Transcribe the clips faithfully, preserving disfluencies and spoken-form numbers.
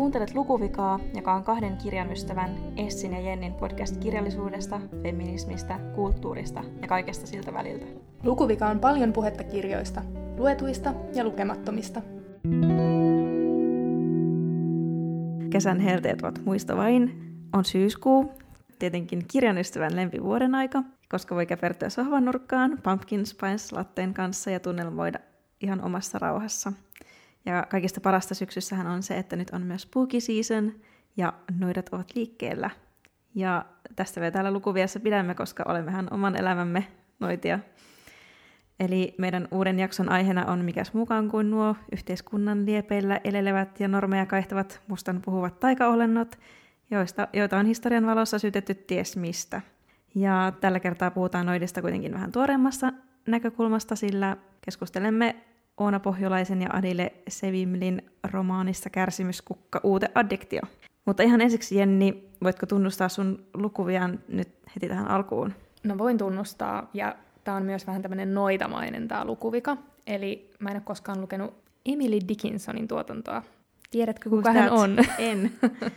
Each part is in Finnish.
Kuuntelet Lukuvikaa, joka on kahden kirjan ystävän, Essin ja Jennin podcast kirjallisuudesta, feminismistä, kulttuurista ja kaikesta siltä väliltä. Lukuvika on paljon puhetta kirjoista, luetuista ja lukemattomista. Kesän helteet ovat muista vain. On syyskuu, tietenkin kirjan ystävän lempivuoden aika, koska voi käpertyä sohvan nurkkaan pumpkin spice latteen kanssa ja tunnelmoida ihan omassa rauhassa. Ja kaikista parasta syksyssähän on se, että nyt on myös spooky season ja noidat ovat liikkeellä. Ja tästä me täällä Lukuviassa pidämme, koska olemmehan oman elämämme noitia. Eli meidän uuden jakson aiheena on mikäs mukaan kuin nuo yhteiskunnan liepeillä elelevät ja normeja kaihtavat mustan puhuvat taikaolennot, joista, joita on historian valossa syytetty ties mistä. Ja tällä kertaa puhutaan noidista kuitenkin vähän tuoreemmasta näkökulmasta, sillä keskustelemme Oona Pohjolaisen ja Adile Sevimlin romaanissa Kärsimyskukka, uute addiktio. Mutta ihan ensiksi, Jenni, voitko tunnustaa sun lukuvian nyt heti tähän alkuun? No voin tunnustaa, ja tämä on myös vähän tämmöinen noitamainen tämä lukuvika. Eli mä en ole koskaan lukenut Emily Dickinsonin tuotantoa. Tiedätkö, kuka hän on? En.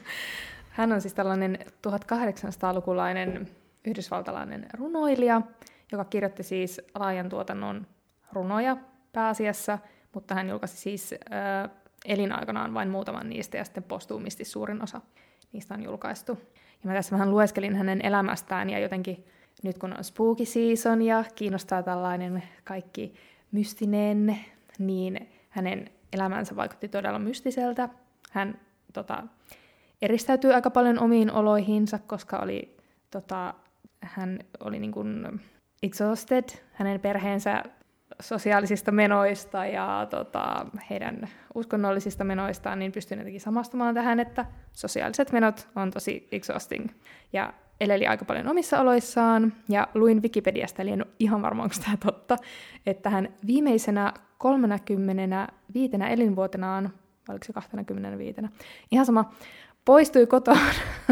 Hän on siis tällainen tuhatkahdeksansataalukulainen yhdysvaltalainen runoilija, joka kirjoitti siis laajan tuotannon runoja pääasiassa, mutta hän julkaisi siis äh, elinaikanaan vain muutaman niistä, ja sitten postuumisti suurin osa niistä on julkaistu. Ja mä tässä vähän lueskelin hänen elämästään, ja jotenkin nyt kun on spooky season ja kiinnostaa tällainen kaikki mystinen, niin hänen elämänsä vaikutti todella mystiseltä. Hän tota, eristäytyi aika paljon omiin oloihinsa, koska oli, tota, hän oli niin kuin exhausted, hänen perheensä sosiaalisista menoista ja tota, heidän uskonnollisista menoistaan, niin pystyin jotenkin samastumaan tähän, että sosiaaliset menot on tosi exhausting. Ja eleli aika paljon omissa oloissaan, ja luin Wikipediasta, eli en ole ihan varma, onko tämä totta, että hän viimeisenä kolmekymmentäviisi elinvuotenaan, vai oliko se kaksikymmentäviisi, ihan sama, poistui kotoa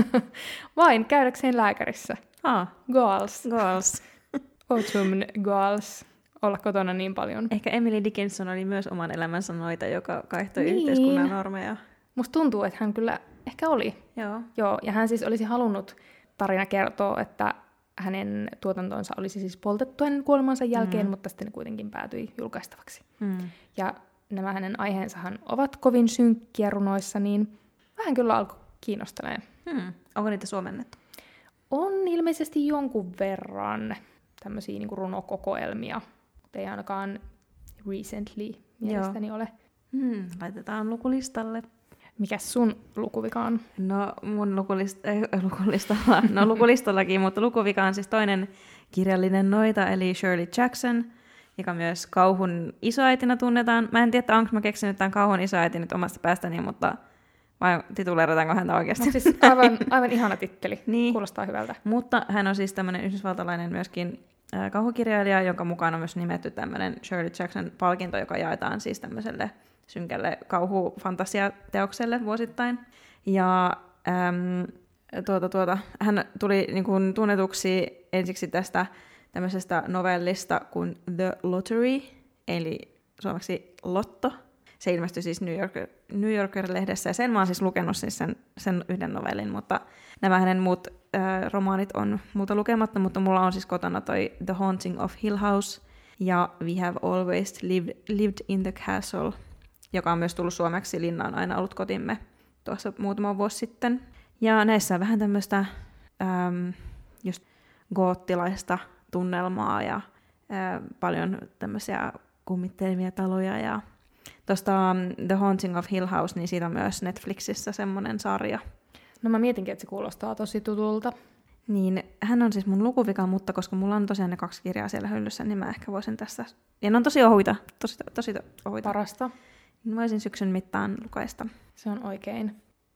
vain käydäkseen lääkärissä. Ah, Goals. goals. Autumn goals. Olla kotona niin paljon. Ehkä Emily Dickinson oli myös oman elämänsä noita, joka kaihtoi niin. yhteiskunnan normeja. Musta tuntuu, että hän kyllä ehkä oli. Joo. Joo, ja hän siis olisi halunnut, tarina kertoo, että hänen tuotantonsa olisi siis poltettu hänen kuolemansa jälkeen, mm. mutta sitten ne kuitenkin päätyi julkaistavaksi. Mm. Ja nämä hänen aiheensahan ovat kovin synkkiä runoissa, niin vähän kyllä alkoi kiinnostelemaan. Mm. Onko niitä suomennettu? On ilmeisesti jonkun verran tämmöisiä niin kuin runokokoelmia, mutta ei ainakaan recently mielestäni Joo. ole. Hmm, laitetaan lukulistalle. Mikäs sun lukuvika on? No mun lukulist- äh, lukulistalla, no lukulistallakin, mutta lukuvika on siis toinen kirjallinen noita, eli Shirley Jackson, joka myös kauhun isoäitinä tunnetaan. Mä en tiedä, onko mä keksinyt tämän kauhun isoäitin nyt omasta päästäni, mutta vai tituleerataanko häntä oikeasti? No siis aivan, aivan ihana titteli, niin. Kuulostaa hyvältä. Mutta hän on siis tämmöinen yhdysvaltalainen myöskin äh, kauhukirjailija, jonka mukaan on myös nimetty tämmöinen Shirley Jackson-palkinto, joka jaetaan siis tämmöiselle synkälle kauhufantasiateokselle vuosittain. Ja äm, tuota, tuota, hän tuli niin kuin tunnetuksi ensiksi tästä tämmöisestä novellista kuin The Lottery, eli suomeksi Lotto. Se ilmestyi siis New Yorker, New Yorker-lehdessä, ja sen mä oon siis lukenut siis sen, sen yhden novellin, mutta nämä hänen muut äh, romaanit on muuta lukematta, mutta mulla on siis kotona toi The Haunting of Hill House ja We Have Always Lived, lived in the Castle, joka on myös tullut suomeksi. Linna on aina ollut kotimme tuossa muutama vuosi sitten. Ja näissä on vähän tämmöistä ähm, just goottilaista tunnelmaa ja äh, paljon tämmöisiä kummittelevia taloja. Ja tuosta um, The Haunting of Hill House, niin siitä on myös Netflixissä semmoinen sarja. No mä mietinkin, että se kuulostaa tosi tutulta. Niin, hän on siis mun lukuvika, mutta koska mulla on tosiaan ne kaksi kirjaa siellä hyllyssä, niin mä ehkä voisin tässä... Ja ne on tosi ohuita, tosi, tosi ohuita. Parasta. Niin voisin syksyn mittaan lukaista. Se on oikein.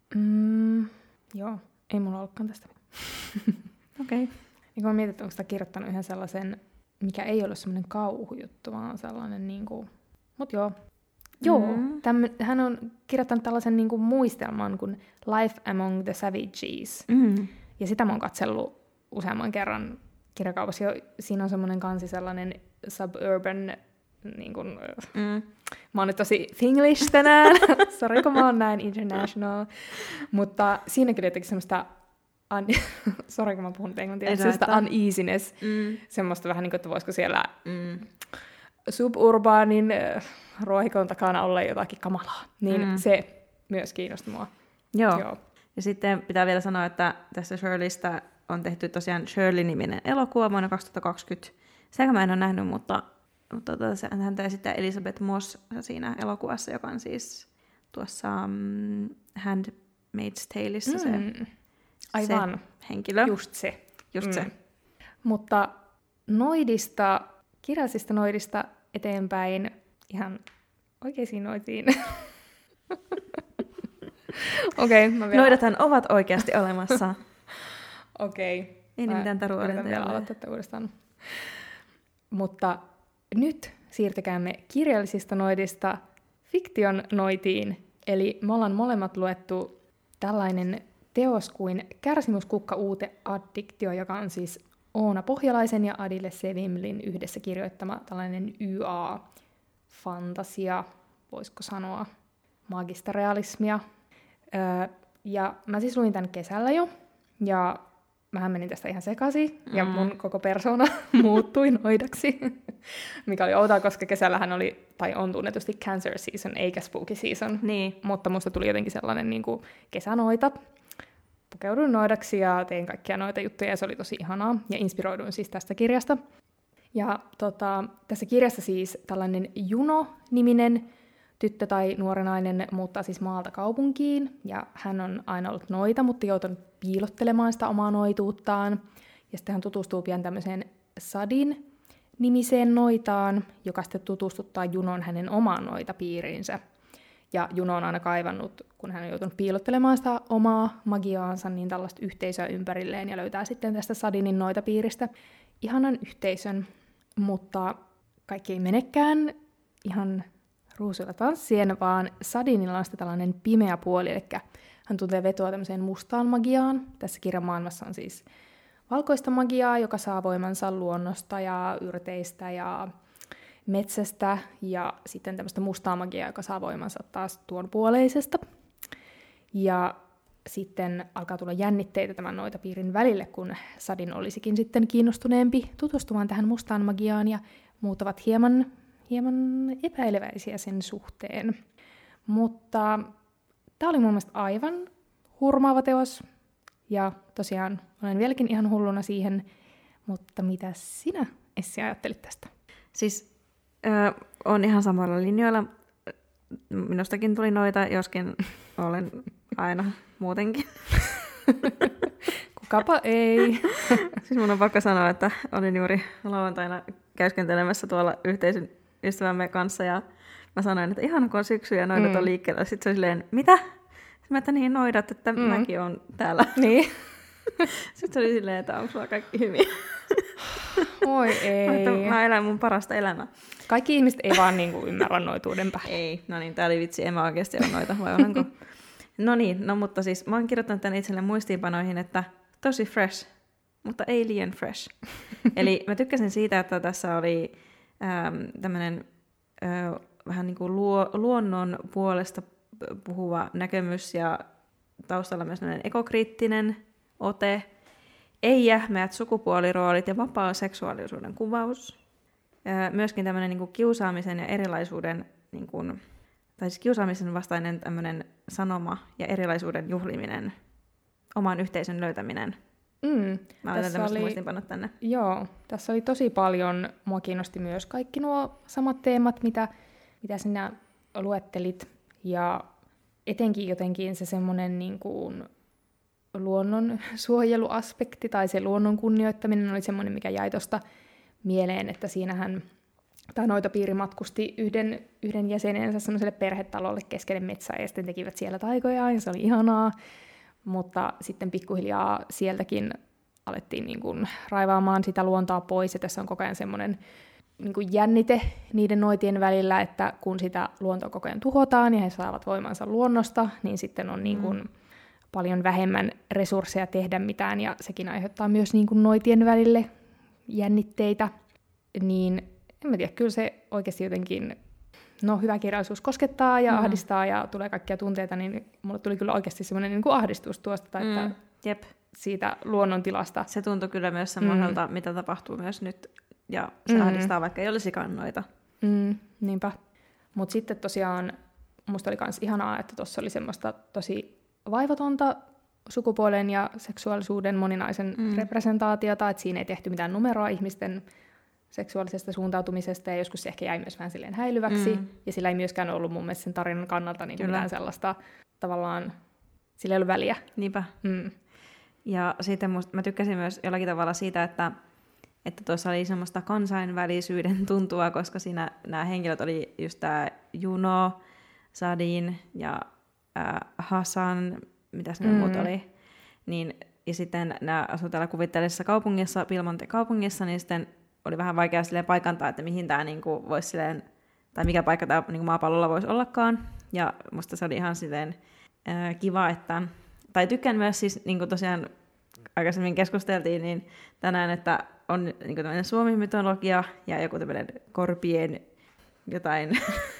Mm, joo, ei mulla ollutkaan tästä. Okei. Okay. Niin mä mietin, että onko sitä kirjoittanut yhden sellaisen, mikä ei ole semmoinen kauhujuttu, vaan sellainen niinku... Mut joo. Joo, mm. tämmö, hän on kirjoittanut tällaisen niinku muistelman kuin Life Among the Savages. Mm. Ja sitä mä oon katsellut useamman kerran kirjakaupassa. Siinä on semmoinen kansi sellainen suburban niin kun, Mm. mä oon nyt tosi Finglish tänään, sori kun mä oon näin international, mutta siinäkin jotenkin semmoista, un... sori kun mä puhun englantia, semmoista uneasiness, mm. semmoista vähän niin kuin, että voisiko siellä mm. suburbaanin äh, ruohikon takana olla jotakin kamalaa, niin mm. se myös kiinnosti mua. Joo. Joo, ja sitten pitää vielä sanoa, että tässä Shirleystä on tehty tosiaan Shirley-niminen elokuva vuonna kaksituhattakaksikymmentä. Sitä mä en ole nähnyt, mutta, mutta häntä esittää Elizabeth Moss siinä elokuvassa, joka on siis tuossa um, Handmaid's Taleissa se, mm. Aivan. se henkilö. Just se. Just mm. se. Mutta noidista, kirjallisista noidista eteenpäin ihan oikeisiin noitiin. Okei, okay, vielä... Noidathan ovat oikeasti olemassa. Okei. Okay. Ei niin mitään taruuden teille. Vielä aloittaa uudestaan. Mutta nyt siirtykäämme kirjallisista noidista fiktion noitiin. Eli me ollaan molemmat luettu tällainen teos kuin Kärsimyskukka uute addiktio, joka on siis Oona Pohjalaisen ja Adile Sevimlin yhdessä kirjoittama tällainen Y A-fantasia, voisiko sanoa, maagista realismia. Öö, ja mä siis luin tämän kesällä jo, ja mähän menin tästä ihan sekaisin, mm. ja mun koko persoona muuttui noidaksi, mikä oli outoa, koska kesällähän oli, tai on tunnetusti cancer season, eikä spooky season, niin. Mutta musta tuli jotenkin sellainen niin kuin kesänoita. Pukeuduin noidaksi ja tein kaikkia noita juttuja, ja se oli tosi ihanaa, ja inspiroiduin siis tästä kirjasta. Ja tota, tässä kirjassa siis tällainen Juno-niminen tyttö tai nuori nainen muuttaa siis maalta kaupunkiin, ja hän on aina ollut noita, mutta joutunut piilottelemaan sitä omaa noituuttaan. Ja sitten hän tutustuu pian tämmöiseen Sadin nimiseen noitaan, joka sitten tutustuttaa Junon hänen omaan noitapiiriinsä. Ja Juno on aina kaivannut, kun hän on joutunut piilottelemaan sitä omaa magiaansa, niin tällaista yhteisöä ympärilleen, ja löytää sitten tästä Sadinin noitapiiristä ihanan yhteisön, mutta kaikki ei menekään ihan ruusuilla tanssien, vaan Sadinilla on tällainen pimeä puoli, eli hän tuntee vetoa tämmöiseen mustaan magiaan. Tässä kirjan maailmassa on siis valkoista magiaa, joka saa voimansa luonnosta ja yrteistä ja metsästä, ja sitten tämmöistä mustaa magiaa, joka saa voimansa taas tuon puoleisesta. Ja sitten alkaa tulla jännitteitä tämän noitapiirin välille, kun Sadin olisikin sitten kiinnostuneempi tutustumaan tähän mustaan magiaan, ja muut ovat hieman, hieman epäileväisiä sen suhteen. Mutta tämä oli mun mielestä aivan hurmaava teos, ja tosiaan olen vieläkin ihan hulluna siihen, mutta mitä sinä, Essi, ajattelit tästä? Siis äh, on ihan samoilla linjoilla. Minustakin tuli noita, joskin olen aina muutenkin. Kukapa ei. Siis mun on pakko sanoa, että olin juuri lauantaina käyskentelemässä tuolla yhteisön ystävämme kanssa, ja mä sanoin, että ihana kun on syksy ja noidat mm. on liikkeellä. Sitten se oli silleen, mitä? Sitten mä, että niin noidat, että mm. mäkin on täällä. Niin. Sitten se oli silleen, että onko sulla kaikki hyvin? Oi ei. Mä, mä elän mun parasta elämää. Kaikki ihmiset ei vaan niinku ymmärrä noituuden päin. Ei, no niin, tää oli vitsi, en mä oikeasti ole noita, vai olenko? No niin, no mutta siis mä oon kirjoittanut tän itselle muistiinpanoihin, että tosi fresh, mutta ei liian fresh. Eli mä tykkäsin siitä, että tässä oli ähm, tämmönen äh, vähän niin kuin luo, luonnon puolesta puhuva näkemys ja taustalla myös ekokriittinen ote, ei jähmeät sukupuoliroolit ja vapaa seksuaalisuuden kuvaus. Äh, myöskin tämmöinen niin kuin kiusaamisen ja erilaisuuden, niin kuin, tai siis kiusaamisen vastainen tämmöinen sanoma ja erilaisuuden juhliminen, oman yhteisön löytäminen. Mm, Mä olen tämmöistä muistinpannut tänne. Joo, tässä oli tosi paljon, mua kiinnosti myös kaikki nuo samat teemat, mitä, mitä sinä luettelit. Ja etenkin jotenkin se semmoinen niin kuin luonnonsuojeluaspekti tai se luonnon kunnioittaminen oli semmoinen, mikä jäi tuosta mieleen, että siinähän tämä noitapiiri matkusti yhden, yhden jäsenensä semmoiselle perhetalolle keskelle metsää ja sitten tekivät siellä taikojaan ja se oli ihanaa. Mutta sitten pikkuhiljaa sieltäkin alettiin niin kuin raivaamaan sitä luontoa pois, ja tässä on koko ajan semmoinen niin kuin jännite niiden noitien välillä, että kun sitä luontoa koko ajan tuhotaan ja he saavat voimansa luonnosta, niin sitten on niin kuin mm. paljon vähemmän resursseja tehdä mitään, ja sekin aiheuttaa myös niin kuin noitien välille jännitteitä. Niin en mä tiedä, kyllä se oikeasti jotenkin, no hyvä kirjallisuus koskettaa ja mm-hmm. ahdistaa ja tulee kaikkia tunteita, niin mulle tuli kyllä oikeasti semmoinen niin kuin ahdistus tuosta, että mm. Jep. siitä luonnontilasta. Se tuntui kyllä myös semmoiselta, mm. mitä tapahtuu myös nyt, ja se mm. ahdistaa, vaikka ei olisi kannoita. Mm, niinpä. Mutta sitten tosiaan musta oli myös ihanaa, että tuossa oli semmoista tosi vaivatonta sukupuolen ja seksuaalisuuden moninaisen mm. representaatiota, että siinä ei tehty mitään numeroa ihmisten seksuaalisesta suuntautumisesta, ja joskus se ehkä jäi myös vähän silleen häilyväksi, mm. ja sillä ei myöskään ollut mun mielestä sen tarinan kannalta niin mitään sellaista tavallaan, sillä ei ollut väliä. Niinpä. Mm. Ja sitten musta, mä tykkäsin myös jollakin tavalla siitä, että että tuossa oli semmoista kansainvälisyyden tuntua, koska siinä nämä henkilöt oli just tämä Juno, Sadin ja äh, Hasan, mitäs ne mm. muut oli. Niin, ja sitten nämä asuivat täällä kuvitteellisessa kaupungissa, Pilmonte-kaupungissa, niin sitten oli vähän vaikea silleen paikantaa, että mihin tämä niinku voisi silleen, tai mikä paikka tämä niinku maapallolla voisi ollakaan. Ja musta se oli ihan silleen äh, kiva, että, tai tykkään myös siis, niin kuin tosiaan aikaisemmin keskusteltiin, niin tänään, että on niin tämmöinen Suomi-mytologia ja joku tämmöinen korpien jotain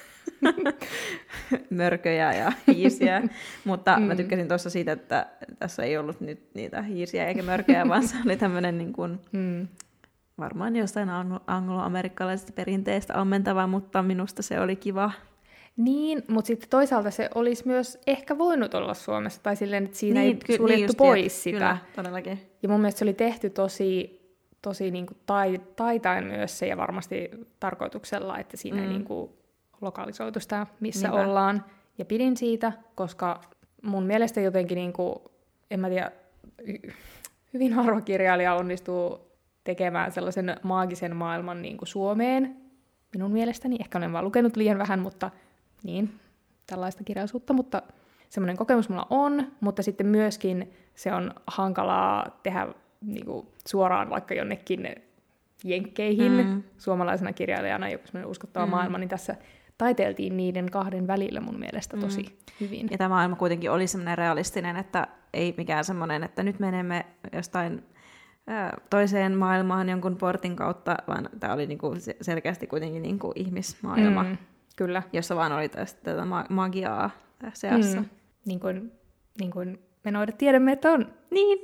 mörköjä ja hiisiä, mutta mm. mä tykkäsin tuossa siitä, että tässä ei ollut nyt niitä hiisiä eikä mörköjä, vaan se oli tämmöinen niin kuin, mm. varmaan jostain anglo-amerikkalaisesta perinteestä ammentava, mutta minusta se oli kiva. Niin, mutta sitten toisaalta se olisi myös ehkä voinut olla Suomessa, tai silleen, että siinä niin, ei suljettu niin pois tiedät. Sitä. Kyllä, todellakin. Ja mun mielestä se oli tehty tosi, tosi niin kuin tai, taitain myös se, ja varmasti tarkoituksella, että siinä mm. ei niin kuin lokalisoitu sitä, missä Niinpä. Ollaan. Ja pidin siitä, koska mun mielestä jotenkin, niin kuin, en mä tiedä, hyvin harva kirjailija onnistuu tekemään sellaisen maagisen maailman niin kuin Suomeen. Minun mielestäni, ehkä olen vaan lukenut liian vähän, mutta niin, tällaista kirjallisuutta, mutta semmoinen kokemus mulla on, mutta sitten myöskin se on hankalaa tehdä niin kuin suoraan vaikka jonnekin jenkkeihin mm. suomalaisena kirjailijana, joku semmoinen uskottava mm. maailma, niin tässä taiteiltiin niiden kahden välillä mun mielestä tosi mm. hyvin. Ja tämä maailma kuitenkin oli semmoinen realistinen, että ei mikään semmoinen, että nyt menemme jostain ää, toiseen maailmaan jonkun portin kautta, vaan tämä oli niinku selkeästi kuitenkin niinku ihmismaailma, mm. Kyllä. jossa vaan oli tätä ma- magiaa seassa. Mm. Niin kuin, niin kuin me noidat tiedämme, että on. Niin.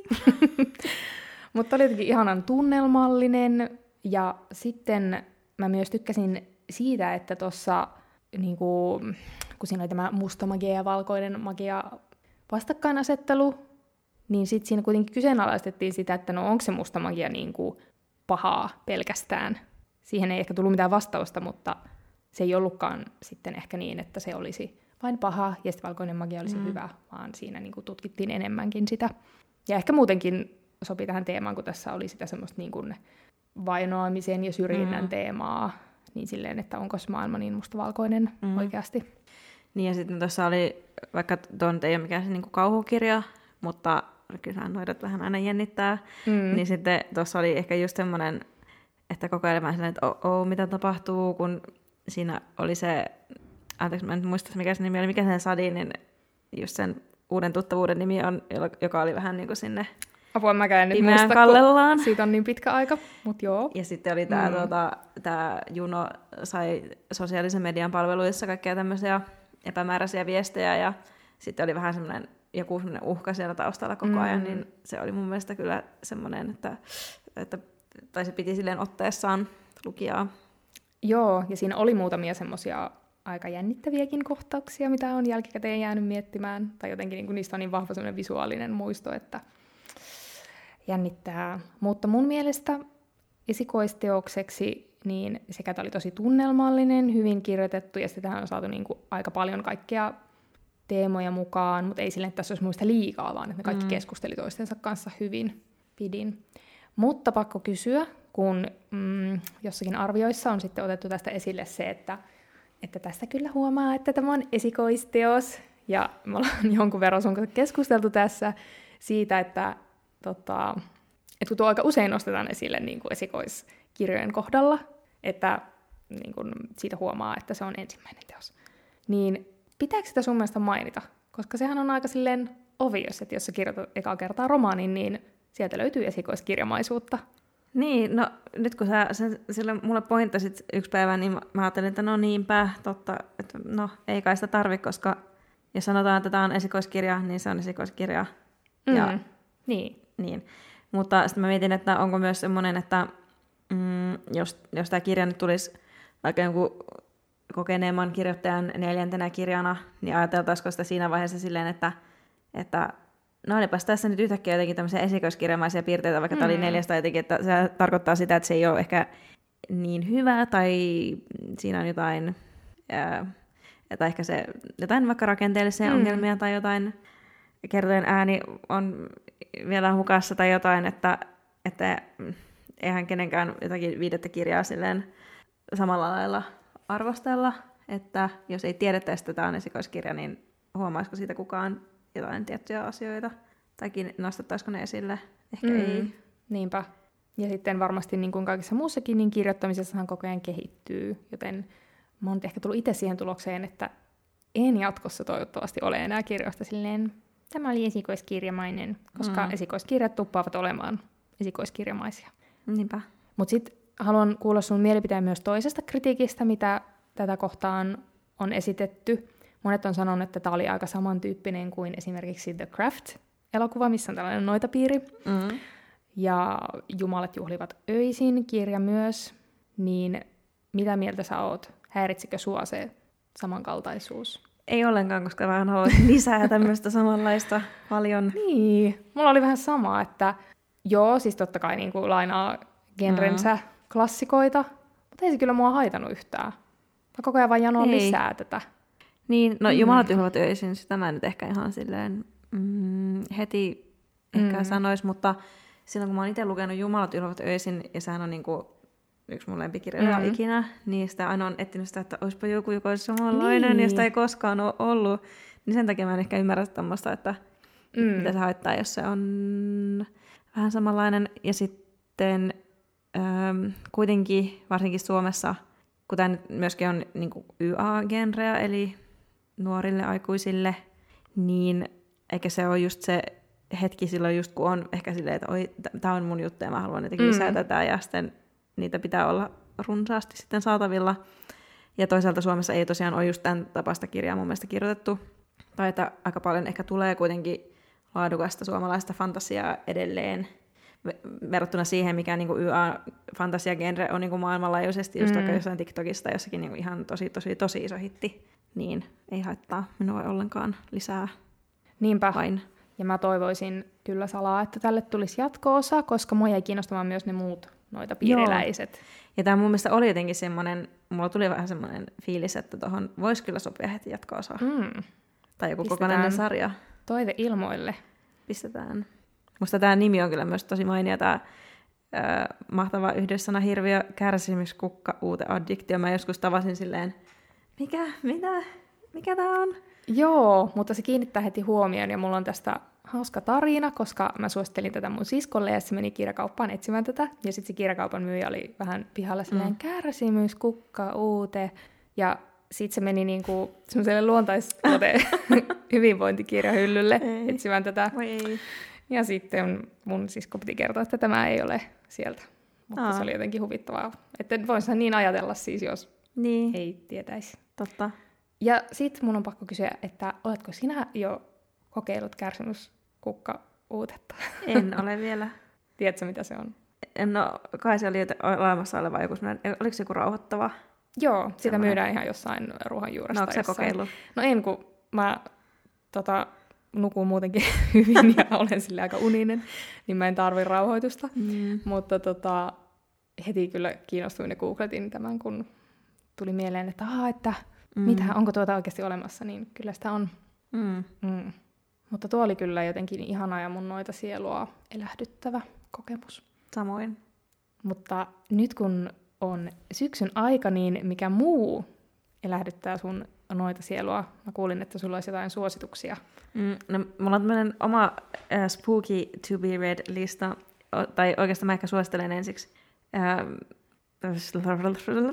Mutta oli jotenkin ihanan tunnelmallinen, ja sitten mä myös tykkäsin siitä, että tuossa, niinku, kun siinä oli tämä musta magia ja valkoinen magia vastakkainasettelu, niin sitten siinä kuitenkin kyseenalaistettiin sitä, että no onko se musta magia niinku pahaa pelkästään. Siihen ei ehkä tullut mitään vastausta, mutta se ei ollutkaan sitten ehkä niin, että se olisi vain paha ja sitten valkoinen magia olisi mm. hyvä, vaan siinä niinku tutkittiin enemmänkin sitä. Ja ehkä muutenkin sopi tähän teemaan, kun tässä oli sitä semmoista niin kuin vainoamisen ja syrjinnän mm. teemaa, niin silleen, että onko maailma niin mustavalkoinen mm. oikeasti. Niin ja sitten tuossa oli, vaikka tuon ei ole mikään se niin kuin kauhukirja, mutta kyllähän noidat vähän aina jännittää, mm. niin sitten tuossa oli ehkä just semmoinen, että koko ajan vähän silleen, että oh, oh, mitä tapahtuu, kun siinä oli se, anteeksi mä en muista mikä se nimi oli, mikä sen Sadi, niin just sen uuden tuttavuuden nimi on, joka oli vähän niin kuin sinne apua mäkään en nyt muista, kun siitä on niin pitkä aika, mutta joo. Ja sitten oli tämä mm. tuota, Juno sai sosiaalisen median palveluissa kaikkea tämmöisiä epämääräisiä viestejä, ja sitten oli vähän semmoinen joku semmoinen uhka siellä taustalla koko mm. ajan, niin se oli mun mielestä kyllä semmoinen, että, että tai se piti silleen otteessaan lukijaa. Joo, ja siinä oli muutamia semmoisia aika jännittäviäkin kohtauksia, mitä on jälkikäteen jäänyt miettimään, tai jotenkin niin kuin niistä on niin vahva semmoinen visuaalinen muisto, että jännittää. Mutta mun mielestä esikoisteokseksi niin sekä tämä oli tosi tunnelmallinen, hyvin kirjoitettu, ja sitten tähän on saatu niin kuin aika paljon kaikkia teemoja mukaan, mutta ei silleen, että tässä olisi muista liikaa, vaan että ne kaikki mm. keskusteli toistensa kanssa hyvin, pidin. Mutta pakko kysyä, kun mm, jossakin arvioissa on sitten otettu tästä esille se, että, että tästä kyllä huomaa, että tämä on esikoisteos, ja me ollaan jonkun verran sun kanssa keskusteltu tässä siitä, että Tota, että kun tuo aika usein nostetaan esille niin kuin esikoiskirjojen kohdalla, että niin kuin siitä huomaa, että se on ensimmäinen teos, niin pitääkö sitä sun mielestä mainita? Koska sehän on aika silleen obvious, että jos sä kirjoitat ekaa kertaa romaanin, niin sieltä löytyy esikoiskirjamaisuutta. Niin, no nyt kun sä sen, silloin mulle pointtasit yksi päivä, niin mä, mä ajattelin, että no niinpä, totta, että no ei kai sitä tarvi, koska jos sanotaan, että tämä on esikoiskirja, niin se on esikoiskirja. Mm. Ja, niin. niin. Mutta sitten mä mietin, että onko myös semmoinen, että mm, jos, jos tämä kirja nyt tulisi vaikka jonkun kokeneemman kirjoittajan neljäntenä kirjana, niin ajateltaisiko sitä siinä vaiheessa silleen, että, että no olipas tässä nyt yhtäkkiä jotenkin tämmöisiä esikoiskirjamaisia piirteitä, vaikka mm. tämä oli neljästä jotenkin, että se tarkoittaa sitä, että se ei ole ehkä niin hyvä, tai siinä on jotain, ää, että ehkä se, jotain vaikka rakenteellisia mm. ongelmia, tai jotain kertojen ääni on vielä hukassa, tai jotain, että, että eihän kenenkään jotakin viidettä kirjaa silleen samalla lailla arvostella, että jos ei tiedettäisi, että tämä on esikoiskirja, niin huomaisiko siitä kukaan jotain tiettyjä asioita, tai nostettaisiko ne esille? Ehkä mm. ei. Niinpä. Ja sitten varmasti niin kuin kaikessa muussakin, niin kirjoittamisessahan koko ajan kehittyy, joten mä oon ehkä tullut itse siihen tulokseen, että en jatkossa toivottavasti ole enää kirjoista silleen, tämä oli esikoiskirjamainen, koska mm. esikoiskirjat tuppaavat olemaan esikoiskirjamaisia. Niinpä. Mutta sitten haluan kuulla sun mielipiteen myös toisesta kritiikistä, mitä tätä kohtaan on esitetty. Monet on sanonut, että tämä oli aika samantyyppinen kuin esimerkiksi The Craft-elokuva, missä on tällainen noitapiiri. Mm. Ja Jumalat juhlivat öisin, kirja myös. Niin mitä mieltä sä oot? Häiritsikö sua se samankaltaisuus? Ei ollenkaan, koska vähän haluaisin lisää tämmöistä samanlaista paljon. Niin, mulla oli vähän sama, että joo, siis totta kai niin kuin lainaa genrensä mm. klassikoita, mutta ei se kyllä mua haitannut yhtään. Mä koko ajan vaan janoan lisää tätä. Niin, no mm. Jumalat juhlivat öisin, sitä mä nyt ehkä ihan silleen mm, heti ehkä mm. sanois, mutta silloin kun mä oon itse lukenut Jumalat juhlivat öisin, ja sehän on niinku yksi mun lempikirjoja mm. ikinä, niin sitä aina on etsinyt sitä, että olisipa joku, joka olisi samanlainen, niin. ja sitä ei koskaan ole ollut. Niin sen takia mä en ehkä ymmärrä tämmöistä, että mm. mitä se haittaa, jos se on vähän samanlainen. Ja sitten ähm, kuitenkin, varsinkin Suomessa, kun tämä nyt myöskin on niin kuin Y A-genreä, eli nuorille aikuisille, niin eikä se ole just se hetki silloin, just kun on ehkä silleen, että oi, tämä on mun juttu ja mä haluan jotenkin mm. lisää tätä, ja sitten niitä pitää olla runsaasti sitten saatavilla. Ja toisaalta Suomessa ei tosiaan ole just tämän tapaista kirjaa mun mielestä kirjoitettu. Tai että aika paljon ehkä tulee kuitenkin laadukasta suomalaista fantasiaa edelleen verrattuna siihen, mikä niin kuin Y A-fantasiagenre on niin kuin maailmanlaajuisesti, just mm. vaikka jossain TikTokista jossakin niin kuin ihan tosi, tosi, tosi iso hitti, niin ei haittaa minua ollenkaan lisää. Niinpä. Vain. Ja mä toivoisin kyllä salaa, että tälle tulisi jatko-osa, koska mua jäi kiinnostamaan myös ne muut noita piiriläiset. Joo. Ja tämä mun mielestä oli jotenkin semmoinen, mulla tuli vähän semmoinen fiilis, että tuohon voisi kyllä sopia heti jatko-osa. Mm. Tai joku Pistetään kokonainen sarja. Toive ilmoille. Pistetään. Musta tämä nimi on kyllä myös tosi mainia, tämä äh, mahtava yhdyssana hirviö, kärsimys, kukka, uute, addiktio. Mä joskus tavasin silleen, mikä, mitä, mikä tää on? Joo, mutta se kiinnittää heti huomioon ja mulla on tästä hauska tarina, koska mä suosittelin tätä mun siskolle ja se meni kirjakauppaan etsimään tätä. Ja sitten se kirjakaupan myyjä oli vähän pihalla silleen, mm. kärsimys, kukka, uute. Ja sitten se meni niinku semmoiselle luontaistuote hyvinvointikirjahyllylle etsimään tätä. Oi. Ja sitten mun sisko piti kertoa, että tämä ei ole sieltä. Mutta Aa. se oli jotenkin huvittavaa. Että voisihan niin ajatella siis, jos niin. ei tietäisi. Totta. Ja sitten mun on pakko kysyä, että oletko sinä jo kokeillut kärsimyskukka-uutetta? En ole vielä. Tiedätkö, mitä se on? No, kai se oli olemassa oleva joku sellainen, oliko se joku rauhoittava? Joo, sitä sellainen myydään ihan jossain ruohonjuuresta. No, onko sä kokeillut? No en, kun mä tota, nukun muutenkin hyvin ja olen sille aika uninen, niin mä en tarvi rauhoitusta. Mm. Mutta tota, heti kyllä kiinnostuin ja googletin tämän, kun tuli mieleen, että, aha, että mm. mitä, onko tuota oikeasti olemassa, niin kyllä sitä on. Mm. Mm. Mutta tuo oli kyllä jotenkin ihana ja mun noita sielua elähdyttävä kokemus. Samoin. Mutta nyt kun on syksyn aika, niin mikä muu elähdyttää sun noita sielua? Mä kuulin, että sulla olisi jotain suosituksia. Mm, no, mulla on tämmöinen oma uh, spooky to be read-lista, o, tai oikeastaan mä ehkä suosittelen ensiksi. Uh,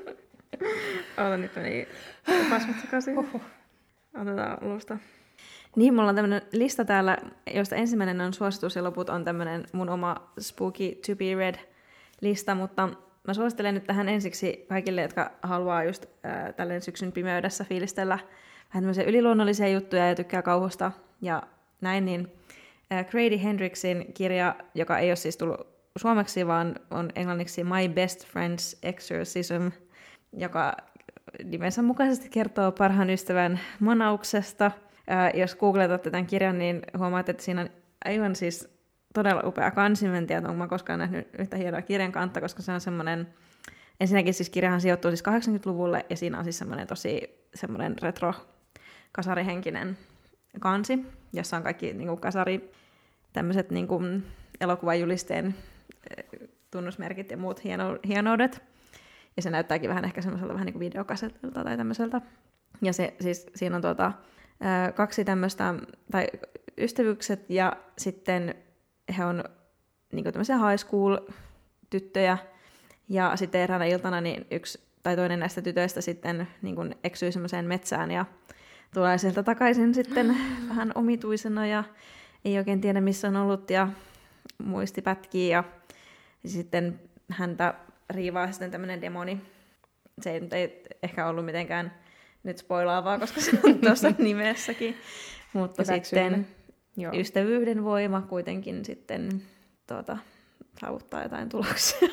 Ota nyt meni pasmat sekaisin. Otetaan alusta. Niin, mulla on tämmöinen lista täällä, josta ensimmäinen on suositus ja loput on tämmöinen mun oma Spooky to be read lista, mutta mä suosittelen nyt tähän ensiksi kaikille, jotka haluaa just äh, tälleen syksyn pimeydessä fiilistellä vähän tämmöisiä yliluonnollisia juttuja ja tykkää kauhusta ja näin, niin äh, Grady Hendrixin kirja, joka ei ole siis tullut suomeksi, vaan on englanniksi My Best Friend's Exorcism, joka nimensä mukaisesti kertoo parhaan ystävän monauksesta. Ää, jos googletatte tämän kirjan, niin huomaatte, että siinä on aivan siis todella upea kansi. En tiedä, onko mä koskaan nähnyt yhtä hienoa kirjan kantta, koska se on semmoinen, ensinnäkin siis kirjahan sijoittuu siis kahdeksankymmentäluvulle, ja siinä on siis semmoinen tosi semmoinen retro-kasarihenkinen kansi, jossa on kaikki niin kuin kasari, tämmöiset niin kuin elokuvajulisteen tunnusmerkit ja muut hieno, hienoudet. Ja se näyttääkin vähän ehkä semmoiselta vähän niin kuin videokasetilta tai tämmöiseltä. Ja se, siis siinä on tuota, ää, kaksi tämmöistä, tai ystävyykset, ja sitten he on niin kuin tämmöisiä high school-tyttöjä, ja sitten eräänä iltana niin yksi tai toinen näistä tytöistä sitten niin kuin eksyy semmoiseen metsään, ja tulee sieltä takaisin sitten vähän omituisena, ja ei oikein tiedä missä on ollut, ja muisti pätkii, ja sitten häntä riivaa sitten tämmöinen demoni. Se ei, ei ehkä ollut mitenkään nyt spoilaavaa, koska se on tuossa nimessäkin. Mutta sitten Joo. ystävyyden voima kuitenkin sitten tuota, saavuttaa jotain tuloksia.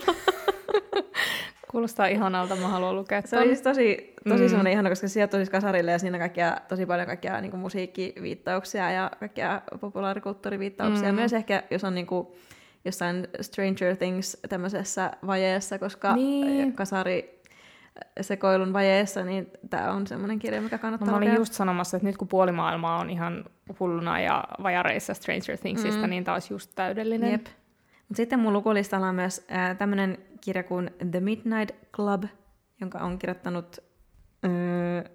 Kuulostaa ihanalta, mä haluan lukea. Se oli siis tosi, tosi mm. semmoinen ihana, koska se sijoittui siis kasarille ja siinä kaikkia, tosi paljon kaikkia niin kuin musiikkiviittauksia ja kaikkia populaarikulttuuriviittauksia. Mm. Myös ehkä, jos on niin kuin jossain Stranger Things tämmöisessä vajeessa, koska niin. kasari sekoilun vajeessa, niin tämä on semmoinen kirja, mikä kannattaa no, mä olin lukea. just sanomassa, että nyt kun puoli maailmaa on ihan hulluna ja vajareissa Stranger Thingsista, mm. niin tämä olisi just täydellinen. Jep. Mut sitten mun lukulistalla on myös äh, tämmöinen kirja kuin The Midnight Club, jonka on kirjoittanut... Öö,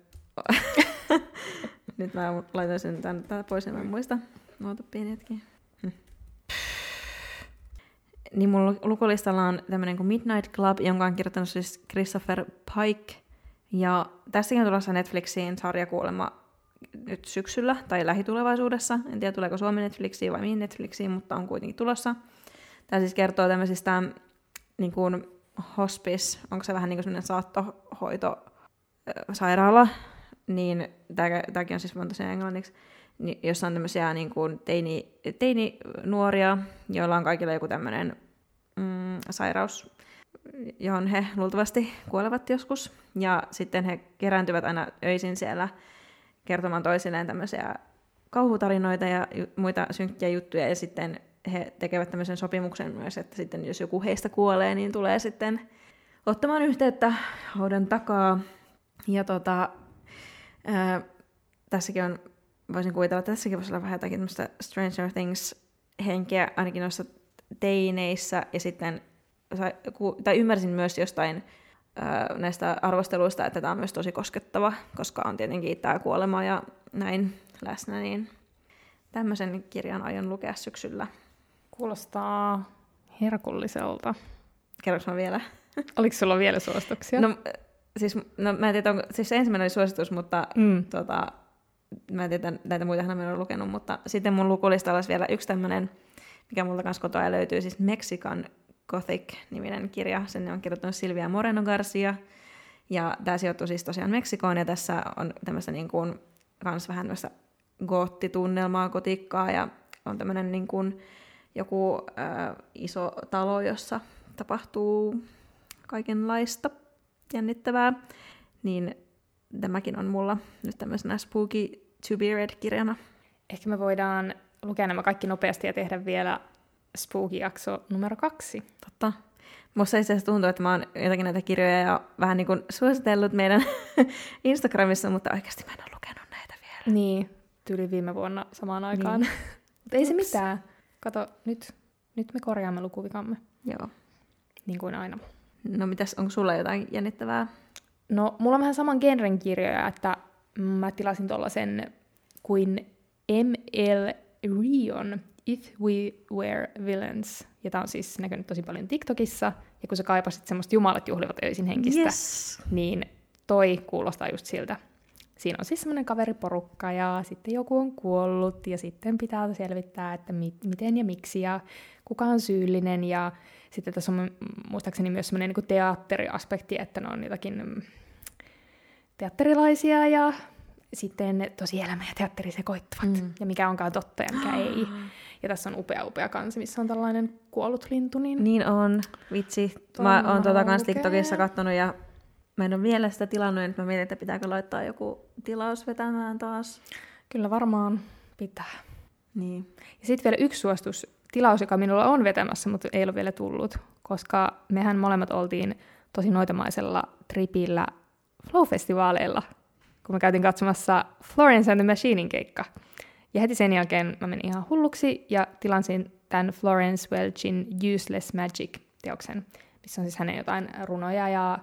nyt mä laitan sen tänne pois, en mä muista. Oota pieni hetki. Hm. Niin mun lukulistalla on tämmöinen kuin Midnight Club, jonka on kirjoittanut siis Christopher Pike. Ja tässäkin on tulossa Netflixiin sarjakuulemma nyt syksyllä tai lähitulevaisuudessa. En tiedä, tuleeko Suomen Netflixiin vai mihin Netflixiin, mutta on kuitenkin tulossa. Tämä siis kertoo tämmöisistä niin kuin hospice, onko se vähän niin kuin semmoinen saattohoitosairaala, niin tämäkin on siis monta sen englanniksi, jossa on tämmöisiä niin kuin teini, teini-nuoria, joilla on kaikilla joku tämmöinen mm, sairaus, johon he luultavasti kuolevat joskus. Ja sitten he kerääntyvät aina öisin siellä kertomaan toisilleen tämmöisiä kauhutarinoita ja muita synkkiä juttuja, ja sitten he tekevät tämmöisen sopimuksen myös, että sitten jos joku heistä kuolee, niin tulee sitten ottamaan yhteyttä haudan takaa. Ja tota, ää, tässäkin on, voisin kuvitella, että tässäkin voisi olla vähän jotakin tämmöistä Stranger Things-henkeä, ainakin noissa teineissä, ja sitten, tai ymmärsin myös jostain ää, näistä arvosteluista, että tämä on myös tosi koskettava, koska on tietenkin tämä kuolema ja näin läsnä, niin tämmöisen kirjan aion lukea syksyllä. Kuulostaa herkulliselta. Kerroks mä vielä? Oliko sulla vielä suosituksia? No, siis, no mä en tiedä, onko, siis se ensimmäinen oli suositus, mutta mm. tota, mä en tiedä, näitä muitahan mä en ole lukenut, mutta sitten mun lukulistalla olisi vielä yksi tämmöinen, mikä multa kanssa kotoa löytyy, siis Mexican Gothic-niminen kirja. Sen on kirjoittanut Silvia Moreno Garcia, ja tämä sijoittuu siis tosiaan Meksikoon, ja tässä on tämmöistä niin kuin, kans vähän tämmöistä goottitunnelmaa, gotikkaa, ja on tämmöinen niin kuin joku ää, iso talo, jossa tapahtuu kaikenlaista jännittävää, niin tämäkin on mulla nyt tämmöisenä Spooky to be read-kirjana. Ehkä me voidaan lukea nämä kaikki nopeasti ja tehdä vielä Spooky-jakso numero kaksi. Totta. Musta itse asiassa tuntuu, että mä oon jotakin näitä kirjoja ja vähän niin kuin suositellut meidän Instagramissa, mutta oikeasti mä en ole lukenut näitä vielä. Niin, tyyli viime vuonna samaan aikaan. Niin. Mutta ei se mitään. Kato, nyt, nyt me korjaamme lukuvikamme. Joo. Niin kuin aina. No mitäs, onko sulla jotain jännittävää? No, mulla on vähän saman genren kirjoja, että mä tilasin tollasen kuin M L Rion, If We Were Villains. Ja tää on siis näkynyt tosi paljon TikTokissa. Ja kun sä kaipasit semmoista jumalat juhlivat öisin henkistä, yes. niin toi kuulostaa just siltä. siinä on siis semmoinen kaveriporukka ja sitten joku on kuollut ja sitten pitää selvittää, että mi- miten ja miksi ja kuka on syyllinen. Ja sitten tässä on muistaakseni myös semmoinen niin kuin teatteriaspekti, että ne on jotakin teatterilaisia ja sitten ne tosi elämä ja teatteri sekoittuvat. Mm. Ja mikä onkaan totta ja mikä ei. Ja tässä on upea upea kansi, missä on tällainen kuollut lintu. Niin, niin on, vitsi. Mä oon tota kans TikTokissa kattonut ja mä en ole vielä sitä tilannut, että mä mietin, että pitääkö laittaa joku tilaus vetämään taas. Kyllä varmaan pitää. Niin. Ja sitten vielä yksi suositus, tilaus, joka minulla on vetämässä, mutta ei ole vielä tullut, koska mehän molemmat oltiin tosi noitamaisella tripillä Flow-festivaaleilla, kun me käytiin katsomassa Florence and the Machinein keikka. Ja heti sen jälkeen mä menin ihan hulluksi ja tilansin tämän Florence Welchin Useless Magic-teoksen, missä on siis hänen jotain runoja ja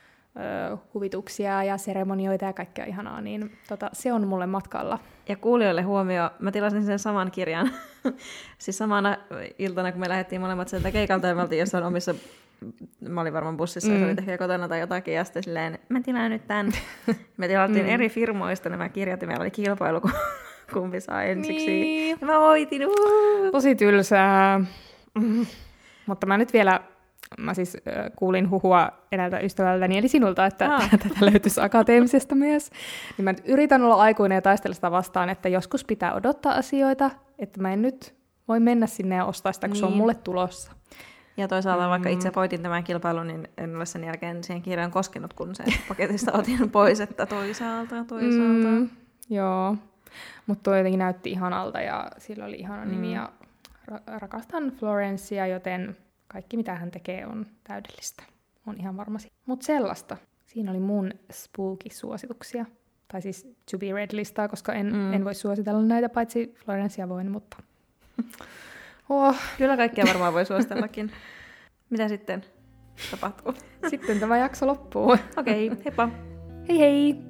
ö, huvituksia ja seremonioita ja kaikkea ihanaa, niin tota, se on mulle matkalla. Ja kuulijoille huomio, mä tilasin sen saman kirjan, siis samana iltana, kun me lähdettiin molemmat sieltä keikalta ja me oltiin jossain omissa, mä olin varmaan bussissa, mm. ja se oli ehkä kotona tai jotakin, ja sitten silleen, mä tilaan nyt tän. Me tilattiin mm. eri firmoista nämä kirjat, ja meillä oli kilpailu, kumpi saa ensiksi. Niin. Ja mä voitin. Uhuh. Tosi tylsää. Mm. Mutta mä nyt vielä, mä siis äh, kuulin huhua eräältä ystävältäni, eli sinulta, että ah. tätä löytyisi akateemisesta myös. Niin mä nyt yritän olla aikuinen ja taistella sitä vastaan, että joskus pitää odottaa asioita, että mä en nyt voi mennä sinne ja ostaa sitä, kun niin. se on mulle tulossa. Ja toisaalta mm. vaikka itse voitin tämän kilpailun, niin en ole sen jälkeen siihen kirjaan koskenut, kun se paketista otin pois, että toisaalta, toisaalta. Mm. Joo. Mutta tuo jotenkin näytti ihanalta ja sillä oli ihana mm. nimi ja ra- rakastan Florencea, joten kaikki mitä hän tekee on täydellistä. On ihan varmasti. Mutta sellaista. Siinä oli mun spooky-suosituksia. Tai siis to be read-listaa, koska en, mm. en voi suositella näitä, paitsi Florencea voin, mutta... Oh. Kyllä kaikkea varmaan voi suositellakin. Mitä sitten tapahtuu? Sitten tämä jakso loppuu. Okei, okay, heippa! Hei hei!